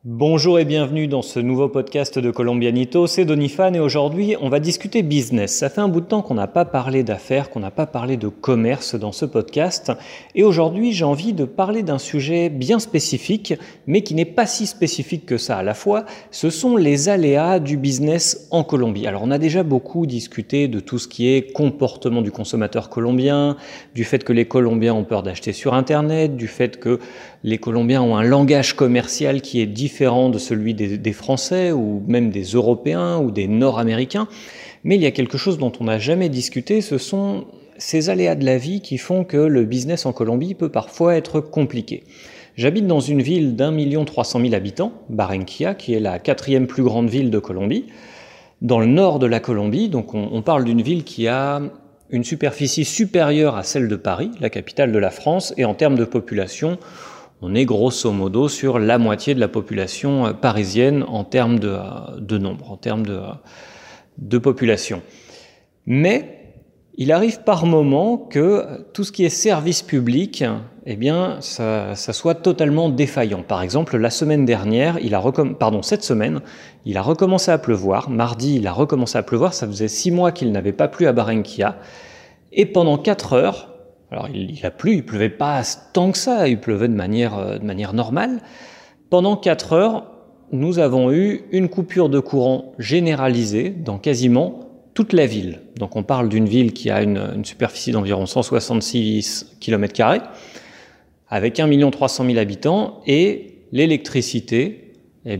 Bonjour et bienvenue dans ce nouveau podcast de Colombianito, c'est Donifan et aujourd'hui on va discuter business. Ça fait un bout de temps qu'on n'a pas parlé d'affaires, qu'on n'a pas parlé de commerce dans ce podcast et aujourd'hui j'ai envie de parler d'un sujet bien spécifique mais qui n'est pas si spécifique que ça à la fois, ce sont les aléas du business en Colombie. Alors on a déjà beaucoup discuté de tout ce qui est comportement du consommateur colombien, du fait que les Colombiens ont peur d'acheter sur internet, du fait que les Colombiens ont un langage commercial qui est différent de celui des Français ou même des Européens ou des Nord-Américains. Mais il y a quelque chose dont on n'a jamais discuté, ce sont ces aléas de la vie qui font que le business en Colombie peut parfois être compliqué. J'habite dans une ville d'1,3 million habitants, Barranquilla, qui est la 4e plus grande ville de Colombie, dans le nord de la Colombie. Donc on parle d'une ville qui a une superficie supérieure à celle de Paris, la capitale de la France, et en termes de population, on est grosso modo sur la moitié de la population parisienne en termes de nombre, en termes de population. Mais il arrive par moment que tout ce qui est service public, eh bien, ça soit totalement défaillant. Par exemple, la semaine dernière, cette semaine, il a recommencé à pleuvoir. Mardi, il a recommencé à pleuvoir. Ça faisait 6 mois qu'il n'avait pas plu à Barranquilla. Et pendant 4 heures, alors il a plu, il pleuvait pas tant que ça, il pleuvait de manière normale. Pendant 4 heures, nous avons eu une coupure de courant généralisée dans quasiment toute la ville. Donc on parle d'une ville qui a une superficie d'environ 166 km², avec 1,3 million habitants, et l'électricité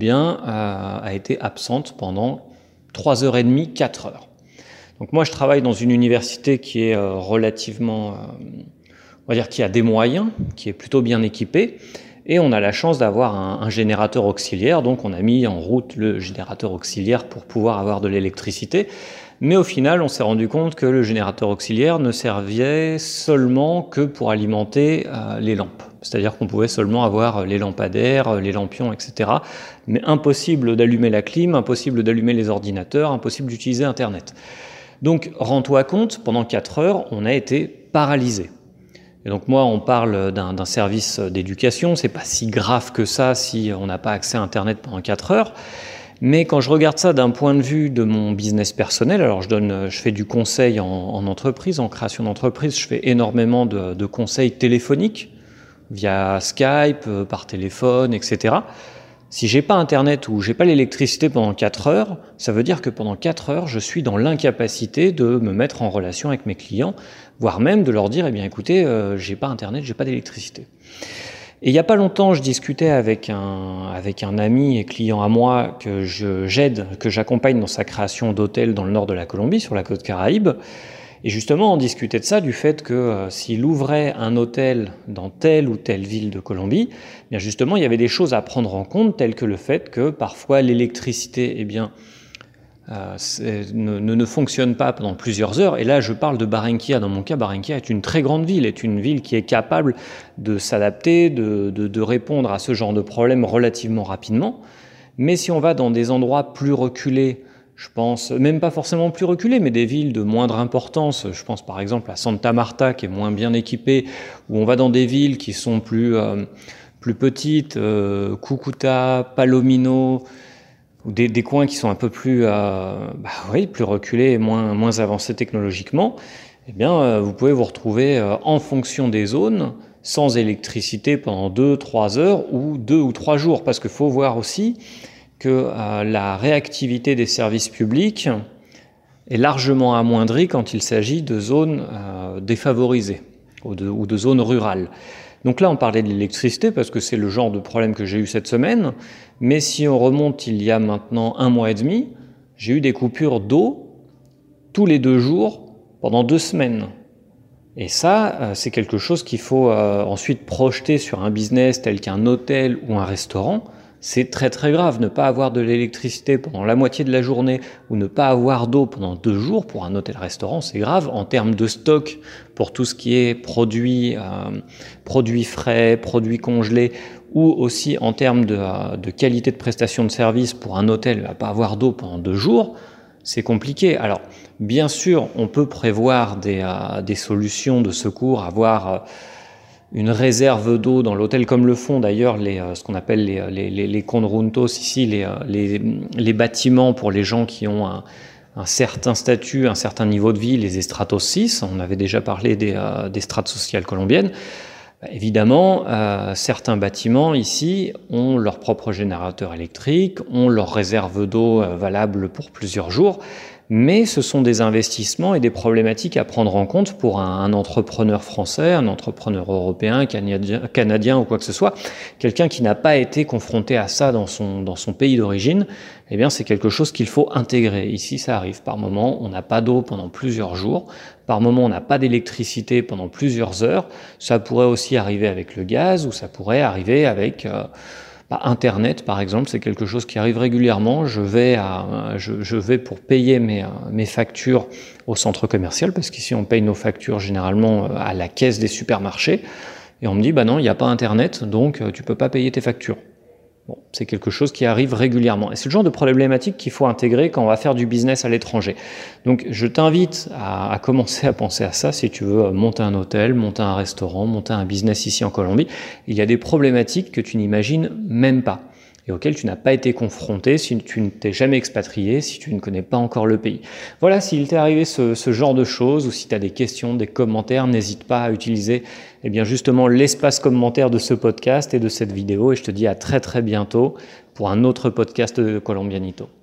a été absente pendant 3h30, 4 heures. Donc moi, je travaille dans une université qui est relativement, on va dire, qui a des moyens, qui est plutôt bien équipée, et on a la chance d'avoir un générateur auxiliaire, donc on a mis en route le générateur auxiliaire pour pouvoir avoir de l'électricité, mais au final, on s'est rendu compte que le générateur auxiliaire ne servait seulement que pour alimenter les lampes. C'est-à-dire qu'on pouvait seulement avoir les lampadaires, les lampions, etc. Mais impossible d'allumer la clim, impossible d'allumer les ordinateurs, impossible d'utiliser Internet. Donc, rends-toi compte, pendant 4 heures, on a été paralysé. Et donc moi, on parle d'un service d'éducation, c'est pas si grave que ça si on n'a pas accès à Internet pendant 4 heures. Mais quand je regarde ça d'un point de vue de mon business personnel, alors je fais du conseil en entreprise, en création d'entreprise, je fais énormément de conseils téléphoniques, via Skype, par téléphone, etc. Si j'ai pas Internet ou j'ai pas l'électricité pendant 4 heures, ça veut dire que pendant 4 heures, je suis dans l'incapacité de me mettre en relation avec mes clients, voire même de leur dire, écoutez, j'ai pas Internet, j'ai pas d'électricité. Et il y a pas longtemps, je discutais avec un ami et client à moi que j'accompagne dans sa création d'hôtels dans le nord de la Colombie, sur la côte Caraïbe. Et justement, on discutait de ça, du fait que s'il ouvrait un hôtel dans telle ou telle ville de Colombie, bien justement, il y avait des choses à prendre en compte, telles que le fait que parfois l'électricité ne fonctionne pas pendant plusieurs heures. Et là, je parle de Barranquilla. Dans mon cas, Barranquilla est une très grande ville, est une ville qui est capable de s'adapter, de répondre à ce genre de problème relativement rapidement. Mais si on va dans des endroits plus reculés, je pense, même pas forcément plus reculées, mais des villes de moindre importance. Je pense par exemple à Santa Marta, qui est moins bien équipée, ou on va dans des villes qui sont plus petites, Cúcuta, Palomino, ou des coins qui sont un peu plus reculés et moins avancés technologiquement. Eh bien, vous pouvez vous retrouver en fonction des zones, sans électricité pendant 2-3 heures ou 2 ou 3 jours, parce qu'il faut voir aussi que la réactivité des services publics est largement amoindrie quand il s'agit de zones défavorisées ou de zones rurales. Donc là, on parlait de l'électricité parce que c'est le genre de problème que j'ai eu cette semaine, mais si on remonte il y a maintenant 1 mois et demi, j'ai eu des coupures d'eau tous les 2 jours pendant 2 semaines. Et ça, c'est quelque chose qu'il faut ensuite projeter sur un business tel qu'un hôtel ou un restaurant. C'est très très grave. Ne pas avoir de l'électricité pendant la moitié de la journée ou ne pas avoir d'eau pendant 2 jours pour un hôtel-restaurant, c'est grave. En termes de stock, pour tout ce qui est produits frais, produits congelés, ou aussi en termes de qualité de prestation de service pour un hôtel, ne pas avoir d'eau pendant 2 jours, c'est compliqué. Alors, bien sûr, on peut prévoir des solutions de secours, avoir une réserve d'eau dans l'hôtel, comme le font d'ailleurs ce qu'on appelle les conjuntos ici, les bâtiments pour les gens qui ont un certain statut, un certain niveau de vie, les estratos 6, on avait déjà parlé des strates sociales colombiennes. Évidemment, certains bâtiments ici ont leur propre générateur électrique, ont leur réserve d'eau valable pour plusieurs jours, mais ce sont des investissements et des problématiques à prendre en compte pour un entrepreneur français, un entrepreneur européen, canadien ou quoi que ce soit, quelqu'un qui n'a pas été confronté à ça dans son pays d'origine. Eh bien, c'est quelque chose qu'il faut intégrer. Ici, ça arrive par moment, on n'a pas d'eau pendant plusieurs jours, par moment, on n'a pas d'électricité pendant plusieurs heures. Ça pourrait aussi arriver avec le gaz ou ça pourrait arriver avec Internet, par exemple. C'est quelque chose qui arrive régulièrement. Je vais pour payer mes factures au centre commercial, parce qu'ici, on paye nos factures généralement à la caisse des supermarchés. Et on me dit, non, il n'y a pas Internet, donc tu ne peux pas payer tes factures. Bon, c'est quelque chose qui arrive régulièrement. Et c'est le genre de problématique qu'il faut intégrer quand on va faire du business à l'étranger. Donc, je t'invite à commencer à penser à ça si tu veux monter un hôtel, monter un restaurant, monter un business ici en Colombie. Il y a des problématiques que tu n'imagines même pas et auxquelles tu n'as pas été confronté si tu ne t'es jamais expatrié, si tu ne connais pas encore le pays. Voilà, s'il t'est arrivé ce genre de choses, ou si tu as des questions, des commentaires, n'hésite pas à utiliser justement l'espace commentaire de ce podcast et de cette vidéo. Et je te dis à très très bientôt pour un autre podcast de Colombianito.